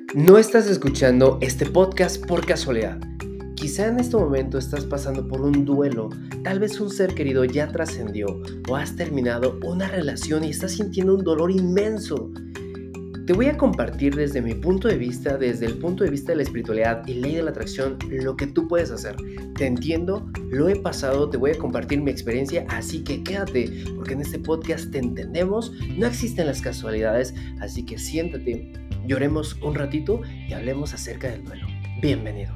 No estás escuchando este podcast por casualidad. Quizá en este momento estás pasando por un duelo, tal vez un ser querido ya trascendió o has terminado una relación y estás sintiendo un dolor inmenso. Te voy a compartir desde mi punto de vista, desde el punto de vista de la espiritualidad y ley de la atracción, lo que tú puedes hacer. Te entiendo, lo he pasado, te voy a compartir mi experiencia, así que quédate, porque en este podcast te entendemos, no existen las casualidades, así que siéntate, lloremos un ratito y hablemos acerca del duelo. Bienvenidos.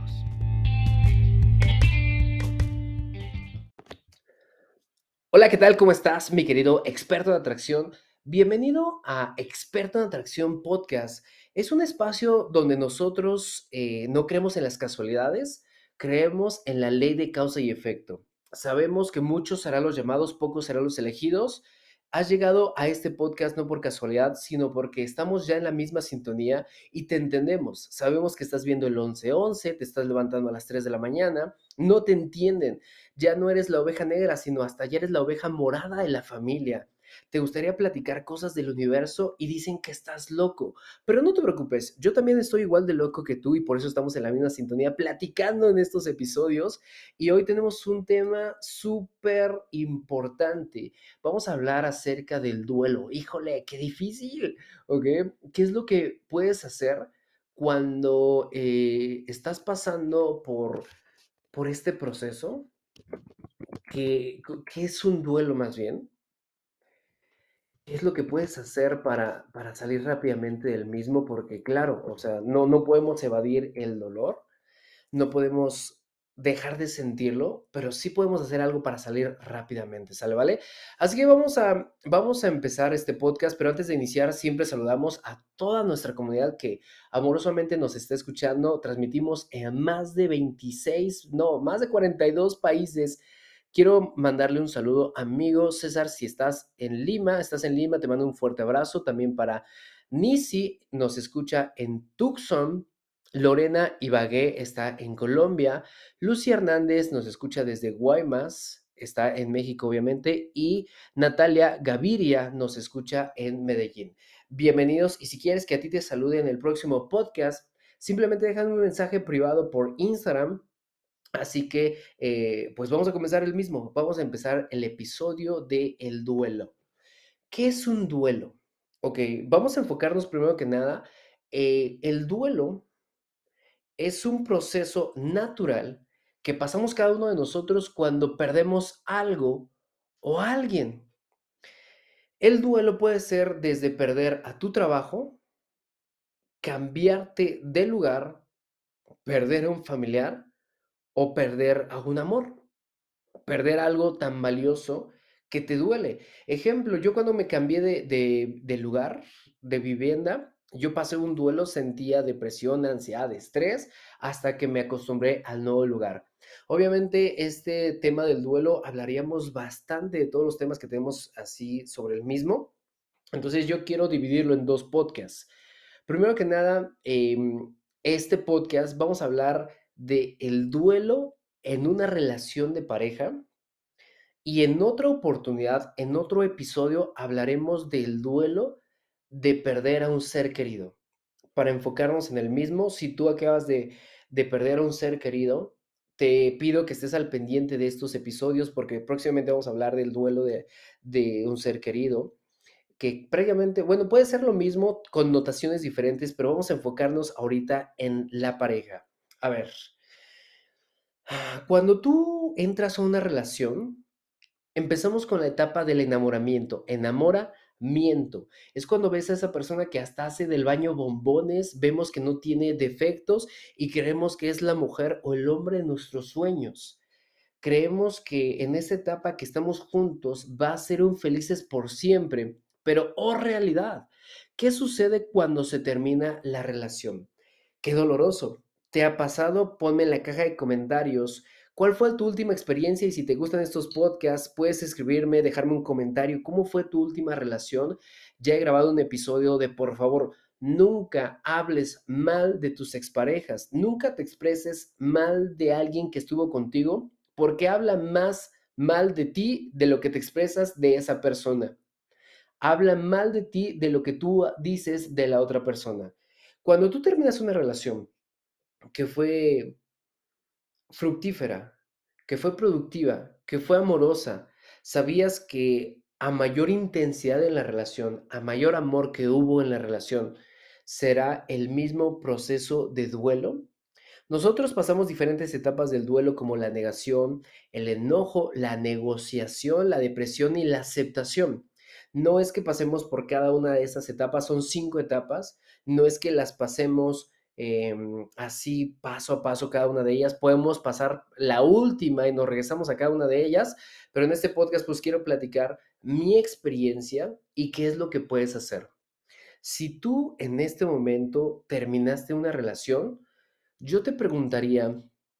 Hola, ¿qué tal? ¿Cómo estás, mi querido experto de atracción? Bienvenido a Experto en Atracción Podcast. Es un espacio donde nosotros no creemos en las casualidades, creemos en la ley de causa y efecto. Sabemos que muchos serán los llamados, pocos serán los elegidos. Has llegado a este podcast no por casualidad, sino porque estamos ya en la misma sintonía y te entendemos. Sabemos que estás viendo el 11-11, te estás levantando a las 3 de la mañana, no te entienden. Ya no eres la oveja negra, sino hasta ya eres la oveja morada de la familia. Te gustaría platicar cosas del universo y dicen que estás loco, pero no te preocupes, yo también estoy igual de loco que tú y por eso estamos en la misma sintonía platicando en estos episodios y hoy tenemos un tema súper importante. Vamos a hablar acerca del duelo. Híjole, qué difícil, ¿ok? ¿Qué es lo que puedes hacer cuando estás pasando por este proceso? ¿Qué es un duelo más bien? ¿Qué es lo que puedes hacer para salir rápidamente del mismo? Porque claro, o sea, no podemos evadir el dolor, no podemos dejar de sentirlo, pero sí podemos hacer algo para salir rápidamente, ¿sale, vale? Así que vamos a empezar este podcast, pero antes de iniciar siempre saludamos a toda nuestra comunidad que amorosamente nos está escuchando. Transmitimos en más de 26, no, más de 42 países. Quiero mandarle un saludo, amigo César, si estás en Lima, te mando un fuerte abrazo. También para Nisi, nos escucha en Tucson. Lorena Ibagué está en Colombia. Lucy Hernández nos escucha desde Guaymas, está en México, obviamente. Y Natalia Gaviria nos escucha en Medellín. Bienvenidos. Y si quieres que a ti te salude en el próximo podcast, simplemente déjame un mensaje privado por Instagram. Así que, pues vamos a comenzar el mismo. Vamos a empezar el episodio de El duelo. ¿Qué es un duelo? Ok, vamos a enfocarnos primero que nada. El duelo es un proceso natural que pasamos cada uno de nosotros cuando perdemos algo o a alguien. El duelo puede ser desde perder a tu trabajo, cambiarte de lugar, perder a un familiar o perder a un amor. Perder algo tan valioso que te duele. Ejemplo, yo cuando me cambié de lugar, de vivienda, yo pasé un duelo, sentía depresión, ansiedad, estrés, hasta que me acostumbré al nuevo lugar. Obviamente, este tema del duelo hablaríamos bastante de todos los temas que tenemos así sobre el mismo. Entonces, yo quiero dividirlo en dos podcasts. Primero que nada, este podcast vamos a hablar de el duelo en una relación de pareja y en otra oportunidad, en otro episodio, hablaremos del duelo de perder a un ser querido. Para enfocarnos en el mismo, si tú acabas de perder a un ser querido, te pido que estés al pendiente de estos episodios porque próximamente vamos a hablar del duelo de un ser querido, que previamente, bueno, puede ser lo mismo con notaciones diferentes, pero vamos a enfocarnos ahorita en la pareja. A ver, cuando tú entras a una relación, empezamos con la etapa del enamoramiento. Enamoramiento. Es cuando ves a esa persona que hasta hace del baño bombones, vemos que no tiene defectos y creemos que es la mujer o el hombre de nuestros sueños. Creemos que en esa etapa que estamos juntos va a ser un felices por siempre, pero oh realidad, ¿qué sucede cuando se termina la relación? Qué doloroso. ¿Te ha pasado? Ponme en la caja de comentarios cuál fue tu última experiencia y si te gustan estos podcasts, puedes escribirme, dejarme un comentario. ¿Cómo fue tu última relación? Ya he grabado un episodio de por favor, nunca hables mal de tus exparejas, nunca te expreses mal de alguien que estuvo contigo porque habla más mal de ti de lo que te expresas de esa persona. Habla mal de ti de lo que tú dices de la otra persona. Cuando tú terminas una relación que fue fructífera, que fue productiva, que fue amorosa, sabías que a mayor intensidad en la relación, a mayor amor que hubo en la relación, será el mismo proceso de duelo. Nosotros pasamos diferentes etapas del duelo como la negación, el enojo, la negociación, la depresión y la aceptación. No es que pasemos por cada una de esas etapas, son 5 etapas, no es que las pasemos así paso a paso cada una de ellas, podemos pasar la última y nos regresamos a cada una de ellas, pero en este podcast pues quiero platicar mi experiencia y qué es lo que puedes hacer. Si tú en este momento terminaste una relación, yo te preguntaría,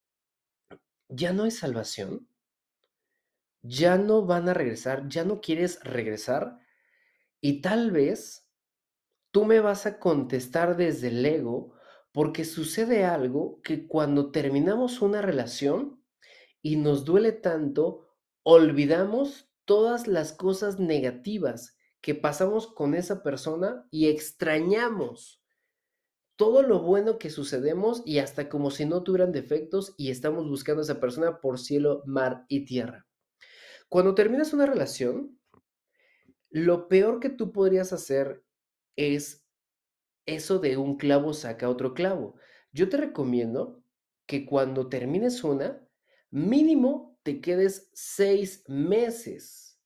¿ya no hay salvación? ¿Ya no van a regresar? ¿Ya no quieres regresar? Y tal vez tú me vas a contestar desde el ego porque sucede algo que cuando terminamos una relación y nos duele tanto, olvidamos todas las cosas negativas que pasamos con esa persona y extrañamos todo lo bueno que sucedemos y hasta como si no tuvieran defectos y estamos buscando a esa persona por cielo, mar y tierra. Cuando terminas una relación, lo peor que tú podrías hacer es eso de un clavo saca otro clavo. Yo te recomiendo que cuando termines una, mínimo te quedes 6 meses,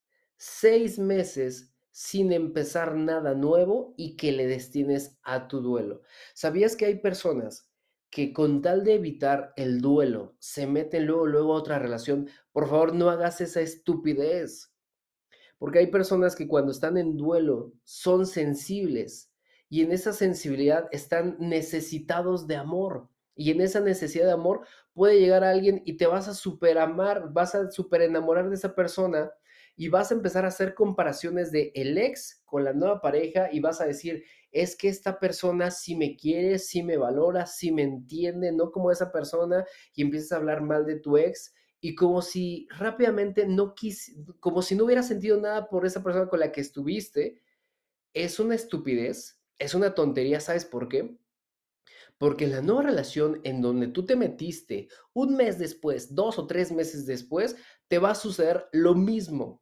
6 meses sin empezar nada nuevo y que le destines a tu duelo. ¿Sabías que hay personas que con tal de evitar el duelo se meten luego a otra relación? Por favor, no hagas esa estupidez. Porque hay personas que cuando están en duelo son sensibles y en esa sensibilidad están necesitados de amor. Y en esa necesidad de amor puede llegar alguien y te vas a super amar, vas a super enamorar de esa persona y vas a empezar a hacer comparaciones de el ex con la nueva pareja y vas a decir, es que esta persona sí me quiere, sí me valora, sí me entiende, no como esa persona, y empiezas a hablar mal de tu ex y como si rápidamente no como si no hubieras sentido nada por esa persona con la que estuviste, es una estupidez, es una tontería, ¿sabes por qué? Porque en la nueva relación en donde tú te metiste un mes después, 2 o 3 meses después, te va a suceder lo mismo.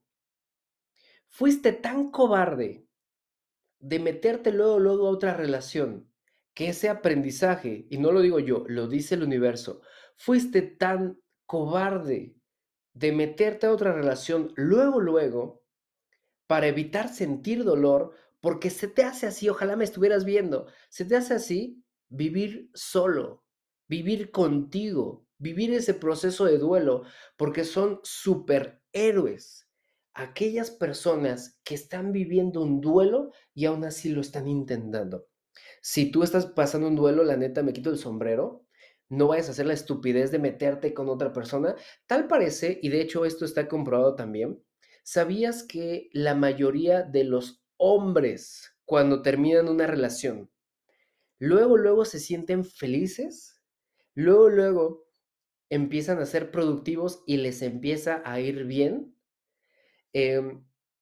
Fuiste tan cobarde de meterte luego a otra relación, que ese aprendizaje, y no lo digo yo, lo dice el universo, fuiste tan cobarde de meterte a otra relación luego, para evitar sentir dolor, porque se te hace así, ojalá me estuvieras viendo, se te hace así vivir solo, vivir contigo, vivir ese proceso de duelo, porque son superhéroes. Aquellas personas que están viviendo un duelo y aún así lo están intentando. Si tú estás pasando un duelo, la neta, me quito el sombrero. No vayas a hacer la estupidez de meterte con otra persona. Tal parece, y de hecho esto está comprobado también, ¿sabías que la mayoría de los hombres, cuando terminan una relación, luego se sienten felices? Luego empiezan a ser productivos y les empieza a ir bien. Em,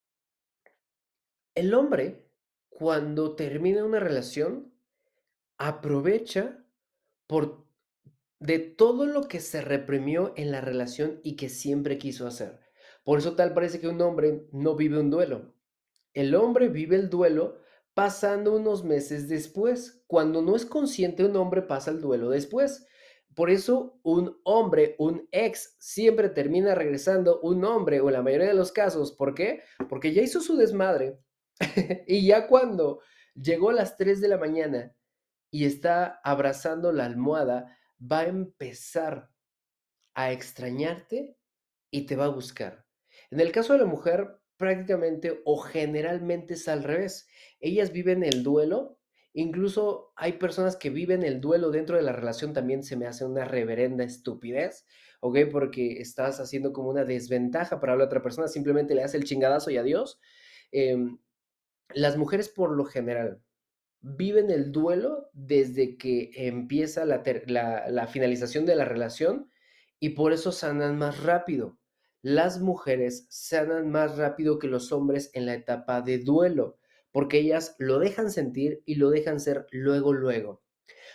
el hombre, cuando termina una relación, aprovecha por de todo lo que se reprimió en la relación y que siempre quiso hacer. Por eso tal parece que un hombre no vive un duelo. El hombre vive el duelo pasando unos meses después. Cuando no es consciente, un hombre pasa el duelo después. Por eso un hombre, un ex, siempre termina regresando un hombre, o en la mayoría de los casos. ¿Por qué? Porque ya hizo su desmadre. Y ya cuando llegó a las 3 de la mañana y está abrazando la almohada, va a empezar a extrañarte y te va a buscar. En el caso de la mujer, prácticamente o generalmente es al revés. Ellas viven el duelo, incluso hay personas que viven el duelo dentro de la relación, también se me hace una reverenda estupidez, ¿ok? Porque estás haciendo como una desventaja para la otra persona, simplemente le das el chingadazo y adiós. Em, las mujeres por lo general viven el duelo desde que empieza la finalización de la relación y por eso sanan más rápido. Las mujeres sanan más rápido que los hombres en la etapa de duelo, porque ellas lo dejan sentir y lo dejan ser luego.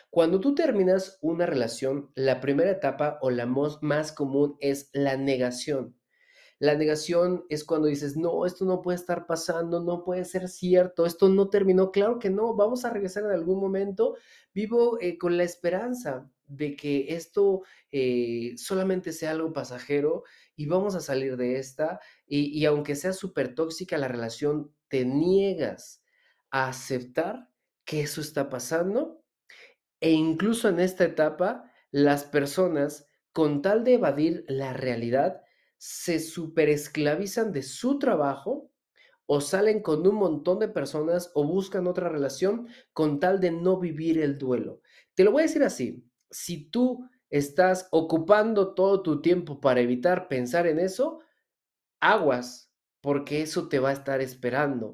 Cuando tú terminas una relación, la primera etapa o la más común es la negación. La negación es cuando dices, no, esto no puede estar pasando, no puede ser cierto, esto no terminó, claro que no, vamos a regresar en algún momento. Vivo con la esperanza de que esto solamente sea algo pasajero y vamos a salir de esta. Y aunque sea súper tóxica la relación, te niegas a aceptar que eso está pasando e incluso en esta etapa, las personas, con tal de evadir la realidad, se superesclavizan de su trabajo o salen con un montón de personas o buscan otra relación con tal de no vivir el duelo. Te lo voy a decir así, si tú estás ocupando todo tu tiempo para evitar pensar en eso, aguas, porque eso te va a estar esperando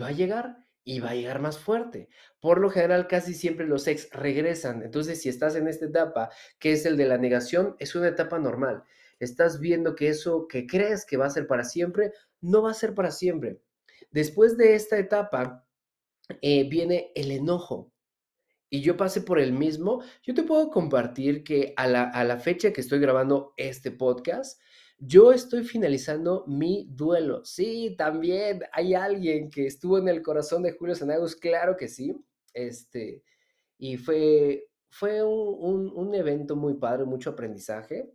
y va a llegar más fuerte. Por lo general, casi siempre los ex regresan. Entonces, si estás en esta etapa, que es el de la negación, es una etapa normal. Estás viendo que eso que crees que va a ser para siempre, no va a ser para siempre. Después de esta etapa, viene el enojo. Y yo pasé por el mismo. Yo te puedo compartir que a la fecha que estoy grabando este podcast, yo estoy finalizando mi duelo. Sí, también hay alguien que estuvo en el corazón de Julio Zanagos, claro que sí. Este, y fue un evento muy padre, mucho aprendizaje.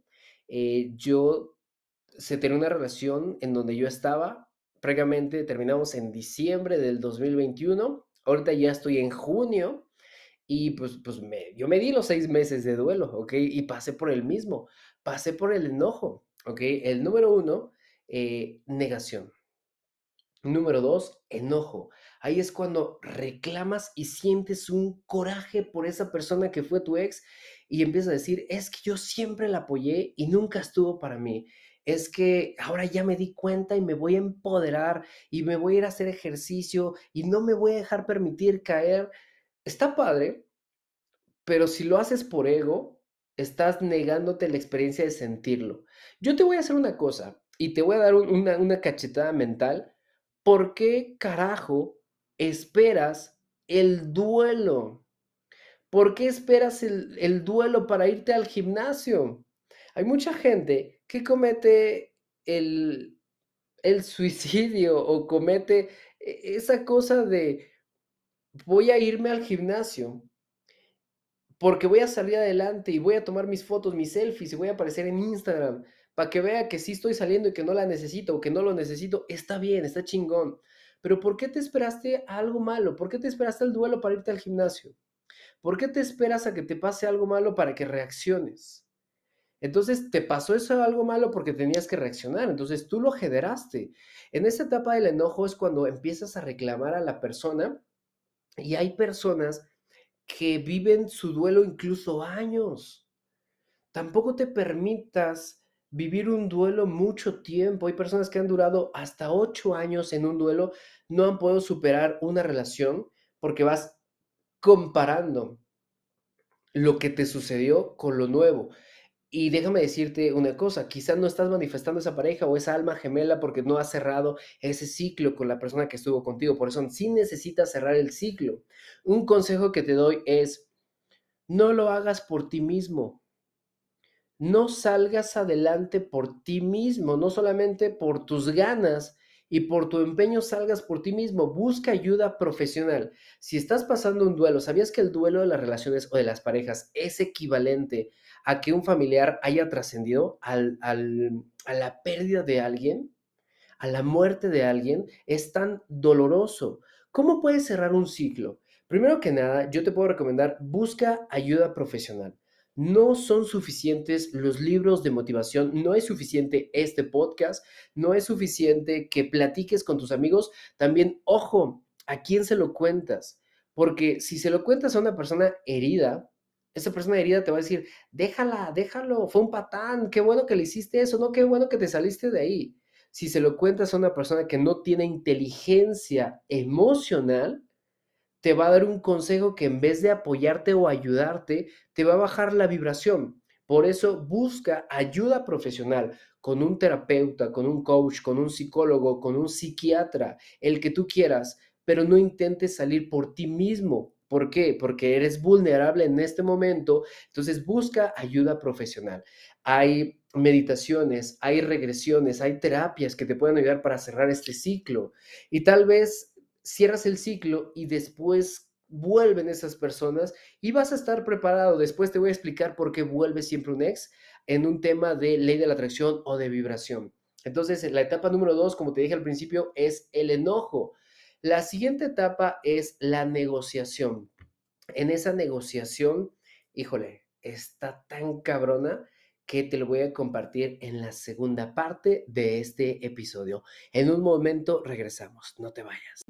Yo se tenía una relación en donde yo estaba, prácticamente terminamos en diciembre del 2021. Ahorita ya estoy en junio y yo me di los 6 meses de duelo, ¿ok? Y pasé por el mismo, pasé por el enojo, ¿ok? El número uno, negación. Número dos, enojo. Ahí es cuando reclamas y sientes un coraje por esa persona que fue tu ex y empiezas a decir, es que yo siempre la apoyé y nunca estuvo para mí. Es que ahora ya me di cuenta y me voy a empoderar y me voy a ir a hacer ejercicio y no me voy a dejar permitir caer. Está padre, pero si lo haces por ego, estás negándote la experiencia de sentirlo. Yo te voy a hacer una cosa y te voy a dar una cachetada mental. ¿Por qué carajo esperas el duelo? ¿Por qué esperas el duelo para irte al gimnasio? Hay mucha gente que comete el, el suicidio o comete esa cosa de voy a irme al gimnasio porque voy a salir adelante y voy a tomar mis fotos, mis selfies y voy a aparecer en Instagram para que vea que sí estoy saliendo y que no la necesito o que no lo necesito. Está bien, está chingón. Pero ¿por qué te esperaste a algo malo? ¿Por qué te esperaste al duelo para irte al gimnasio? ¿Por qué te esperas a que te pase algo malo para que reacciones? Entonces, te pasó eso algo malo porque tenías que reaccionar. Entonces, tú lo generaste. En esa etapa del enojo es cuando empiezas a reclamar a la persona y hay personas que viven su duelo incluso años. Tampoco te permitas vivir un duelo mucho tiempo. Hay personas que han durado hasta 8 años en un duelo, no han podido superar una relación porque vas comparando lo que te sucedió con lo nuevo. Y déjame decirte una cosa, quizás no estás manifestando esa pareja o esa alma gemela porque no has cerrado ese ciclo con la persona que estuvo contigo. Por eso sí necesitas cerrar el ciclo. Un consejo que te doy es, no lo hagas por ti mismo. No salgas adelante por ti mismo, no solamente por tus ganas y por tu empeño salgas por ti mismo, busca ayuda profesional. Si estás pasando un duelo, ¿sabías que el duelo de las relaciones o de las parejas es equivalente a que un familiar haya trascendido a la pérdida de alguien? A la muerte de alguien es tan doloroso. ¿Cómo puedes cerrar un ciclo? Primero que nada, yo te puedo recomendar, busca ayuda profesional. No son suficientes los libros de motivación, no es suficiente este podcast, no es suficiente que platiques con tus amigos. También, ojo, ¿a quién se lo cuentas? Porque si se lo cuentas a una persona herida, esa persona herida te va a decir, déjala, déjalo, fue un patán, qué bueno que le hiciste eso, no, qué bueno que te saliste de ahí. Si se lo cuentas a una persona que no tiene inteligencia emocional, te va a dar un consejo que en vez de apoyarte o ayudarte, te va a bajar la vibración. Por eso busca ayuda profesional con un terapeuta, con un coach, con un psicólogo, con un psiquiatra, el que tú quieras, pero no intentes salir por ti mismo, ¿Por qué? Porque eres vulnerable en este momento, entonces busca ayuda profesional. Hay meditaciones, hay regresiones, hay terapias que te pueden ayudar para cerrar este ciclo. Y tal vez cierras el ciclo y después vuelven esas personas y vas a estar preparado. Después te voy a explicar por qué vuelve siempre un ex en un tema de ley de la atracción o de vibración. Entonces, la etapa número 2, como te dije al principio, es el enojo. La siguiente etapa es la negociación. En esa negociación, híjole, está tan cabrona que te lo voy a compartir en la segunda parte de este episodio. En un momento regresamos, no te vayas.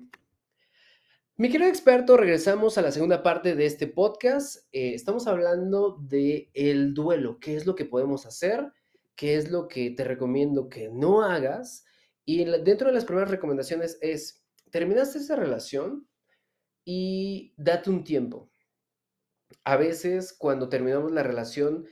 Mi querido experto, regresamos a la segunda parte de este podcast. Estamos hablando de el duelo, qué es lo que podemos hacer, qué es lo que te recomiendo que no hagas. Y dentro de las primeras recomendaciones es, terminaste esa relación y date un tiempo. A veces cuando terminamos la relación,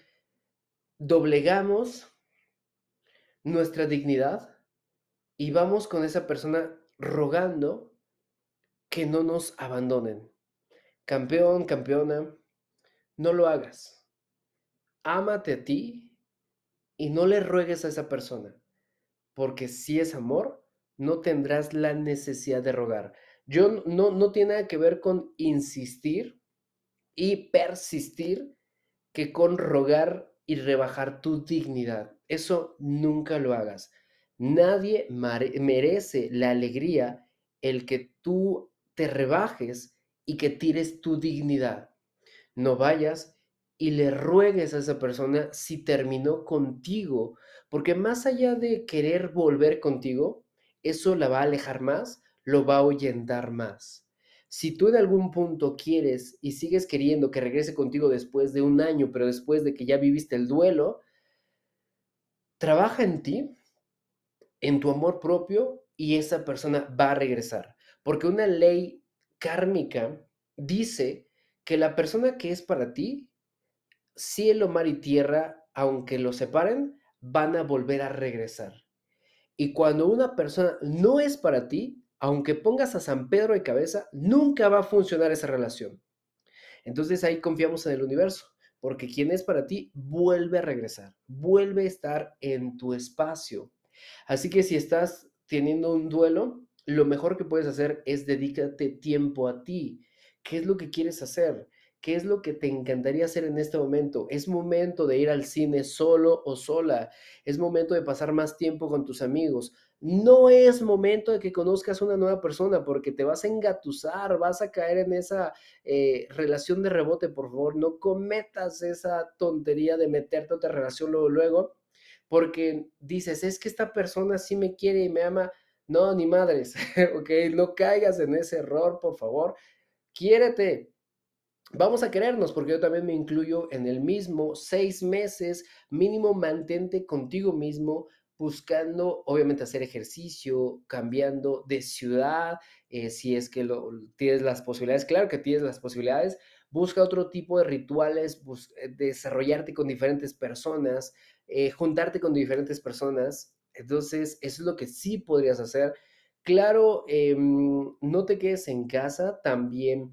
doblegamos nuestra dignidad y vamos con esa persona rogando que no nos abandonen. Campeón, campeona, no lo hagas. Ámate a ti y no le ruegues a esa persona, porque si es amor, no tendrás la necesidad de rogar. Yo no tiene nada que ver con insistir y persistir que con rogar y rebajar tu dignidad. Eso nunca lo hagas. Nadie merece la alegría el que tú te rebajes y que tires tu dignidad. No vayas y le ruegues a esa persona si terminó contigo, porque más allá de querer volver contigo, eso la va a alejar más, lo va a ahuyentar más. Si tú en algún punto quieres y sigues queriendo que regrese contigo después de un año, pero después de que ya viviste el duelo, trabaja en ti, en tu amor propio y esa persona va a regresar. Porque una ley kármica dice que la persona que es para ti, cielo, mar y tierra, aunque los separen, van a volver a regresar. Y cuando una persona no es para ti, aunque pongas a San Pedro de cabeza, nunca va a funcionar esa relación. Entonces ahí confiamos en el universo, porque quien es para ti vuelve a regresar, vuelve a estar en tu espacio. Así que si estás teniendo un duelo, lo mejor que puedes hacer es dedícate tiempo a ti. ¿Qué es lo que quieres hacer? ¿Qué es lo que te encantaría hacer en este momento? Es momento de ir al cine solo o sola. Es momento de pasar más tiempo con tus amigos. No es momento de que conozcas una nueva persona porque te vas a engatusar, vas a caer en esa relación de rebote. Por favor, no cometas esa tontería de meterte a otra relación luego, porque dices, es que esta persona sí me quiere y me ama. No, ni madres, ok, no caigas en ese error, por favor. Quiérete, vamos a querernos, porque yo también me incluyo en el mismo. 6 meses mínimo, mantente contigo mismo, buscando, obviamente, hacer ejercicio, cambiando de ciudad, si es que tienes las posibilidades. Claro que tienes las posibilidades. Busca otro tipo de rituales, desarrollarte con diferentes personas, juntarte con diferentes personas. Entonces, eso es lo que sí podrías hacer. Claro, no te quedes en casa, también.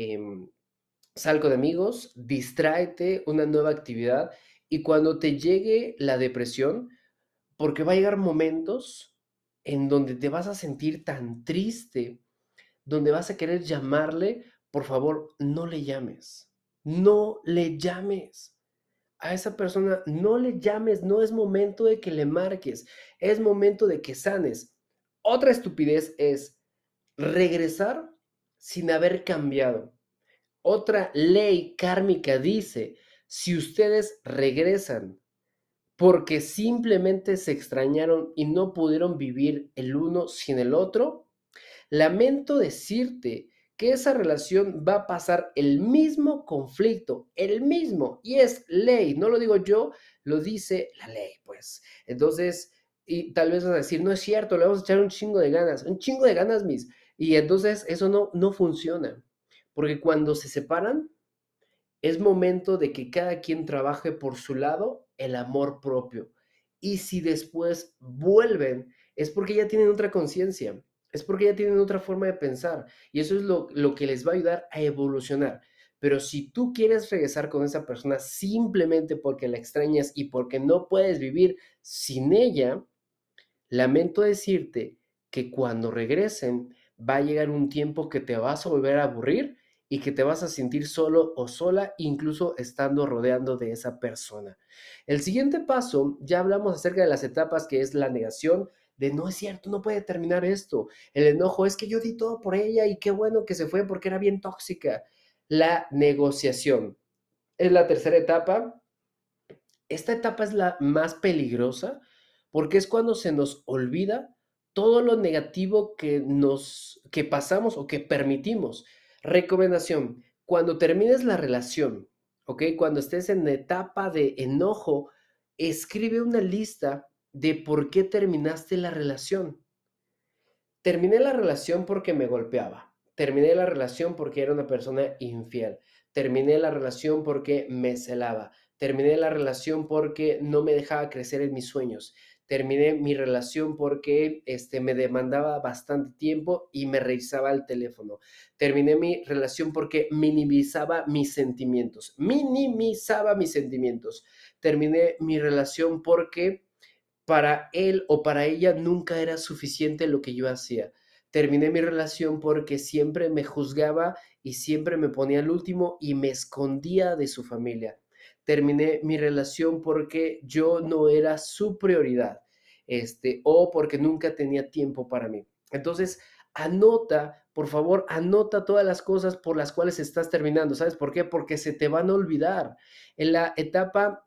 Sal con amigos, distráete, una nueva actividad y cuando te llegue la depresión, porque va a llegar momentos en donde te vas a sentir tan triste, donde vas a querer llamarle, por favor, no le llames, no le llames. A esa persona no le llames, no es momento de que le marques, es momento de que sanes. Otra estupidez es regresar sin haber cambiado. Otra ley kármica dice, si ustedes regresan porque simplemente se extrañaron y no pudieron vivir el uno sin el otro, lamento decirte que esa relación va a pasar el mismo conflicto, el mismo, y es ley, no lo digo yo, lo dice la ley, pues. Entonces, y tal vez vas a decir, no es cierto, le vamos a echar un chingo de ganas, mis. Y entonces eso no funciona, porque cuando se separan, es momento de que cada quien trabaje por su lado el amor propio. Y si después vuelven, es porque ya tienen otra conciencia. Es porque ya tienen otra forma de pensar y eso es lo que les va a ayudar a evolucionar. Pero si tú quieres regresar con esa persona simplemente porque la extrañas y porque no puedes vivir sin ella, lamento decirte que cuando regresen va a llegar un tiempo que te vas a volver a aburrir y que te vas a sentir solo o sola, incluso estando rodeando de esa persona. El siguiente paso, ya hablamos acerca de las etapas, que es la negación, de no es cierto, no puede terminar esto. El enojo es que yo di todo por ella y qué bueno que se fue porque era bien tóxica. La negociación es la tercera etapa. Esta etapa es la más peligrosa porque es cuando se nos olvida todo lo negativo que pasamos o que permitimos. Recomendación, cuando termines la relación, ¿ok? Cuando estés en la etapa de enojo, escribe una lista de por qué terminaste la relación. Terminé la relación porque me golpeaba. Terminé la relación porque era una persona infiel. Terminé la relación porque me celaba. Terminé la relación porque no me dejaba crecer en mis sueños. Terminé mi relación porque me demandaba bastante tiempo y me revisaba el teléfono. Terminé mi relación porque minimizaba mis sentimientos. Minimizaba mis sentimientos. Terminé mi relación porque para él o para ella nunca era suficiente lo que yo hacía. Terminé mi relación porque siempre me juzgaba y siempre me ponía al último y me escondía de su familia. Terminé mi relación porque yo no era su prioridad, o porque nunca tenía tiempo para mí. Entonces, anota, por favor, anota todas las cosas por las cuales estás terminando. ¿Sabes por qué? Porque se te van a olvidar. En la etapa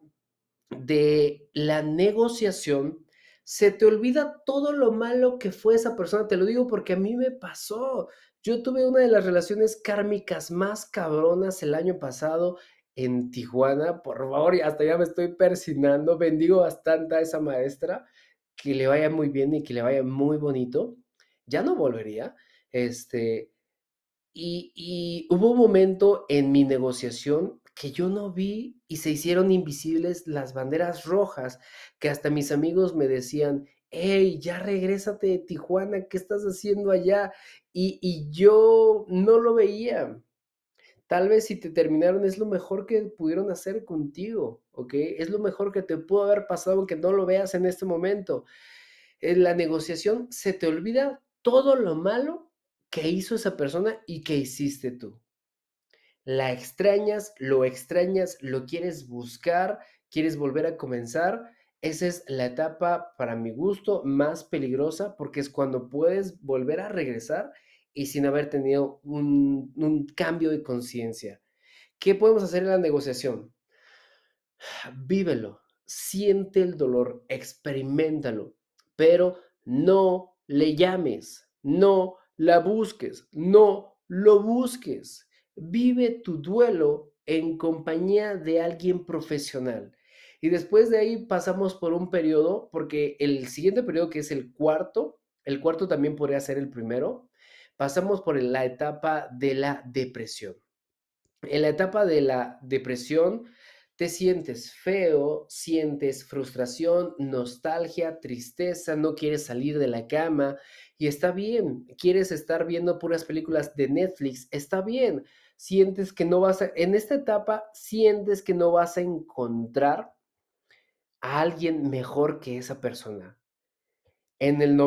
de la negociación, se te olvida todo lo malo que fue esa persona. Te lo digo porque a mí me pasó. Yo tuve una de las relaciones kármicas más cabronas el año pasado en Tijuana. Por favor, y hasta ya me estoy persinando. Bendigo bastante a esa maestra. Que le vaya muy bien y que le vaya muy bonito. Ya no volvería. Este, y hubo un momento en mi negociación que yo no vi y se hicieron invisibles las banderas rojas, que hasta mis amigos me decían, hey, ya regrésate de Tijuana, ¿qué estás haciendo allá? Y yo no lo veía. Tal vez si te terminaron es lo mejor que pudieron hacer contigo, ¿ok? Es lo mejor que te pudo haber pasado aunque no lo veas en este momento. En la negociación se te olvida todo lo malo que hizo esa persona y que hiciste tú. La extrañas, lo quieres buscar, quieres volver a comenzar. Esa es la etapa, para mi gusto, más peligrosa porque es cuando puedes volver a regresar y sin haber tenido un cambio de conciencia. ¿Qué podemos hacer en la negociación? Vívelo, siente el dolor, experimentalo, pero no le llames, no la busques, no lo busques. Vive tu duelo en compañía de alguien profesional. Y después de ahí pasamos por un periodo, porque el siguiente periodo, que es el cuarto también podría ser el primero, pasamos por la etapa de la depresión. En la etapa de la depresión te sientes feo, sientes frustración, nostalgia, tristeza, no quieres salir de la cama y está bien, quieres estar viendo puras películas de Netflix, está bien, sientes que no vas a, en esta etapa sientes que no vas a encontrar a alguien mejor que esa persona. En el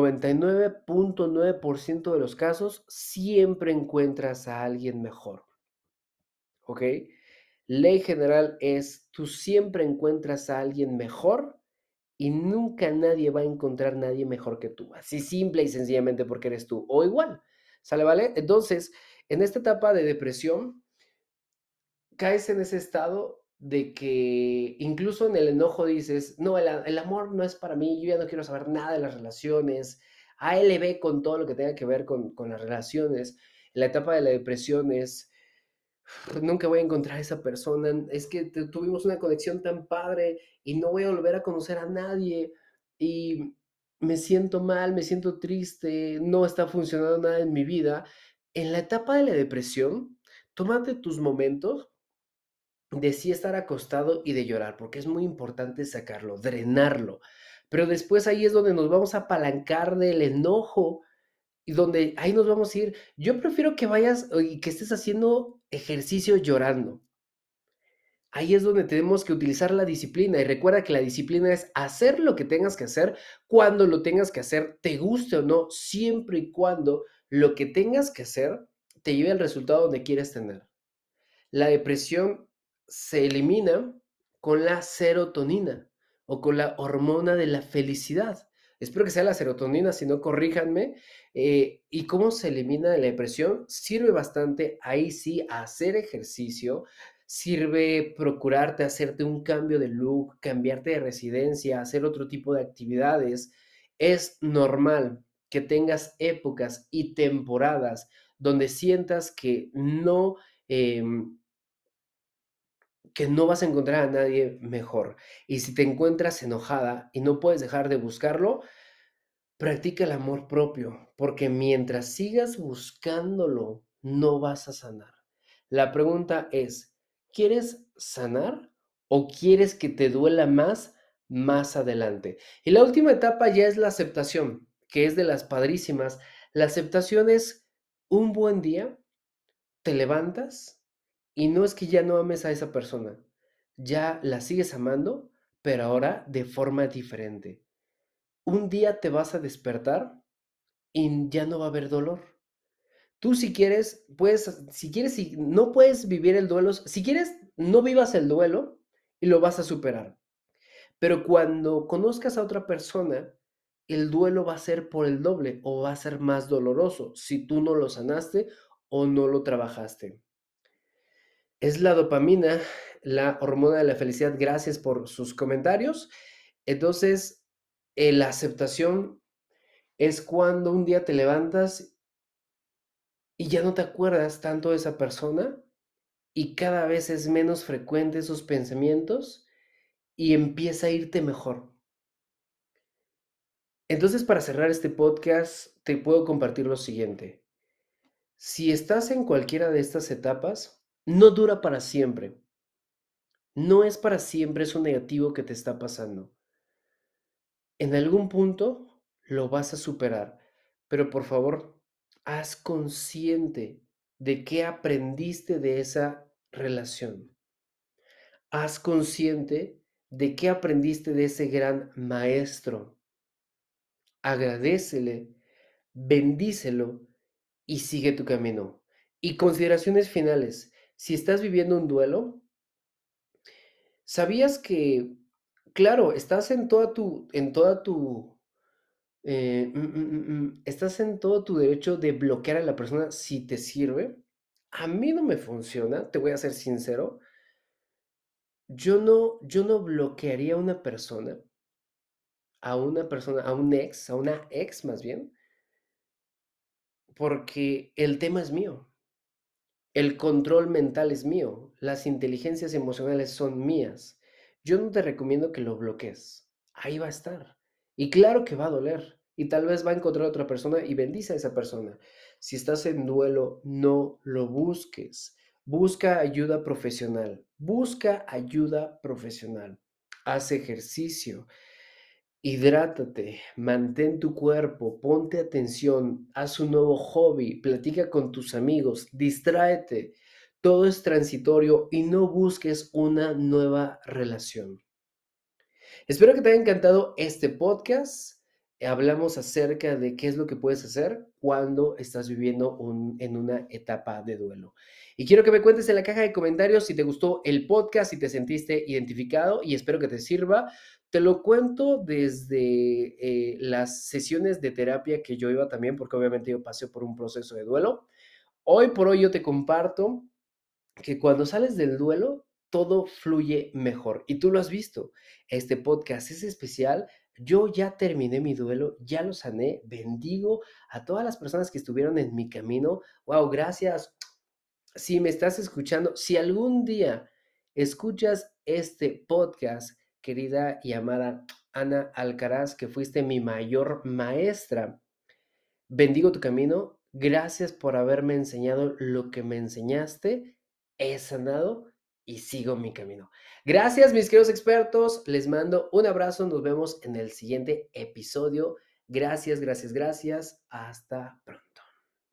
99.9% de los casos siempre encuentras a alguien mejor. ¿Ok? Ley general es, tú siempre encuentras a alguien mejor y nunca nadie va a encontrar a nadie mejor que tú. Así simple y sencillamente porque eres tú. O igual, ¿sale, vale? Entonces, en esta etapa de depresión, caes en ese estado de que incluso en el enojo dices, no, el amor no es para mí, yo ya no quiero saber nada de las relaciones, ALB con todo lo que tenga que ver con las relaciones. La etapa de la depresión es nunca voy a encontrar a esa persona, es que tuvimos una conexión tan padre y no voy a volver a conocer a nadie y me siento mal, me siento triste, no está funcionando nada en mi vida. En la etapa de la depresión, tómate tus momentos de sí estar acostado y de llorar, porque es muy importante sacarlo, drenarlo. Pero después ahí es donde nos vamos a apalancar del enojo y donde ahí nos vamos a ir. Yo prefiero que vayas y que estés haciendo ejercicio llorando. Ahí es donde tenemos que utilizar la disciplina y recuerda que la disciplina es hacer lo que tengas que hacer cuando lo tengas que hacer, te guste o no, siempre y cuando lo que tengas que hacer te lleve al resultado donde quieres tener. La depresión se elimina con la serotonina o con la hormona de la felicidad. Espero que sea la serotonina, si no, corríjanme. ¿Y cómo se elimina la depresión? Sirve bastante, ahí sí, hacer ejercicio. Sirve procurarte hacerte un cambio de look, cambiarte de residencia, hacer otro tipo de actividades. Es normal que tengas épocas y temporadas donde sientas em, que no vas a encontrar a nadie mejor. Y si te encuentras enojada y no puedes dejar de buscarlo, practica el amor propio, porque mientras sigas buscándolo, no vas a sanar. La pregunta es, ¿quieres sanar o quieres que te duela más adelante? Y la última etapa ya es la aceptación, que es de las padrísimas. La aceptación es un buen día te levantas y no es que ya no ames a esa persona, ya la sigues amando, pero ahora de forma diferente. Un día te vas a despertar y ya no va a haber dolor. Tú si quieres, puedes, si quieres, si no puedes vivir el duelo, si quieres, no vivas el duelo y lo vas a superar. Pero cuando conozcas a otra persona, el duelo va a ser por el doble o va a ser más doloroso si tú no lo sanaste o no lo trabajaste. Es la dopamina, la hormona de la felicidad. Gracias por sus comentarios. Entonces, la aceptación es cuando un día te levantas y ya no te acuerdas tanto de esa persona y cada vez es menos frecuente esos pensamientos y empieza a irte mejor. Entonces, para cerrar este podcast, te puedo compartir lo siguiente. Si estás en cualquiera de estas etapas, no dura para siempre. No es para siempre eso negativo que te está pasando. En algún punto lo vas a superar, pero por favor, haz consciente de qué aprendiste de esa relación. Haz consciente de qué aprendiste de ese gran maestro. Agradécele, bendícelo y sigue tu camino. Y consideraciones finales. Si estás viviendo un duelo, ¿sabías que, claro, estás estás en todo tu derecho de bloquear a la persona si te sirve? A mí no me funciona, te voy a ser sincero. Yo no bloquearía a un ex, a una ex más bien, porque el tema es mío. El control mental es mío, las inteligencias emocionales son mías. Yo no te recomiendo que lo bloquees. Ahí va a estar. Y claro que va a doler. Y tal vez va a encontrar otra persona y bendice a esa persona. Si estás en duelo, no lo busques. Busca ayuda profesional. Busca ayuda profesional. Haz ejercicio. Hidrátate, mantén tu cuerpo, ponte atención, haz un nuevo hobby, platica con tus amigos, distráete. Todo es transitorio y no busques una nueva relación. Espero que te haya encantado este podcast. Hablamos acerca de qué es lo que puedes hacer cuando estás viviendo en una etapa de duelo. Y quiero que me cuentes en la caja de comentarios si te gustó el podcast, si te sentiste identificado y espero que te sirva. Te lo cuento desde las sesiones de terapia que yo iba también, porque obviamente yo pasé por un proceso de duelo. Hoy por hoy yo te comparto que cuando sales del duelo, todo fluye mejor. Y tú lo has visto. Este podcast es especial. Yo ya terminé mi duelo, ya lo sané. Bendigo a todas las personas que estuvieron en mi camino. Wow, gracias. Si me estás escuchando, si algún día escuchas este podcast, querida y amada Ana Alcaraz, que fuiste mi mayor maestra, bendigo tu camino. Gracias por haberme enseñado lo que me enseñaste. He sanado y sigo mi camino. Gracias, mis queridos expertos. Les mando un abrazo. Nos vemos en el siguiente episodio Gracias, gracias, gracias. Hasta pronto.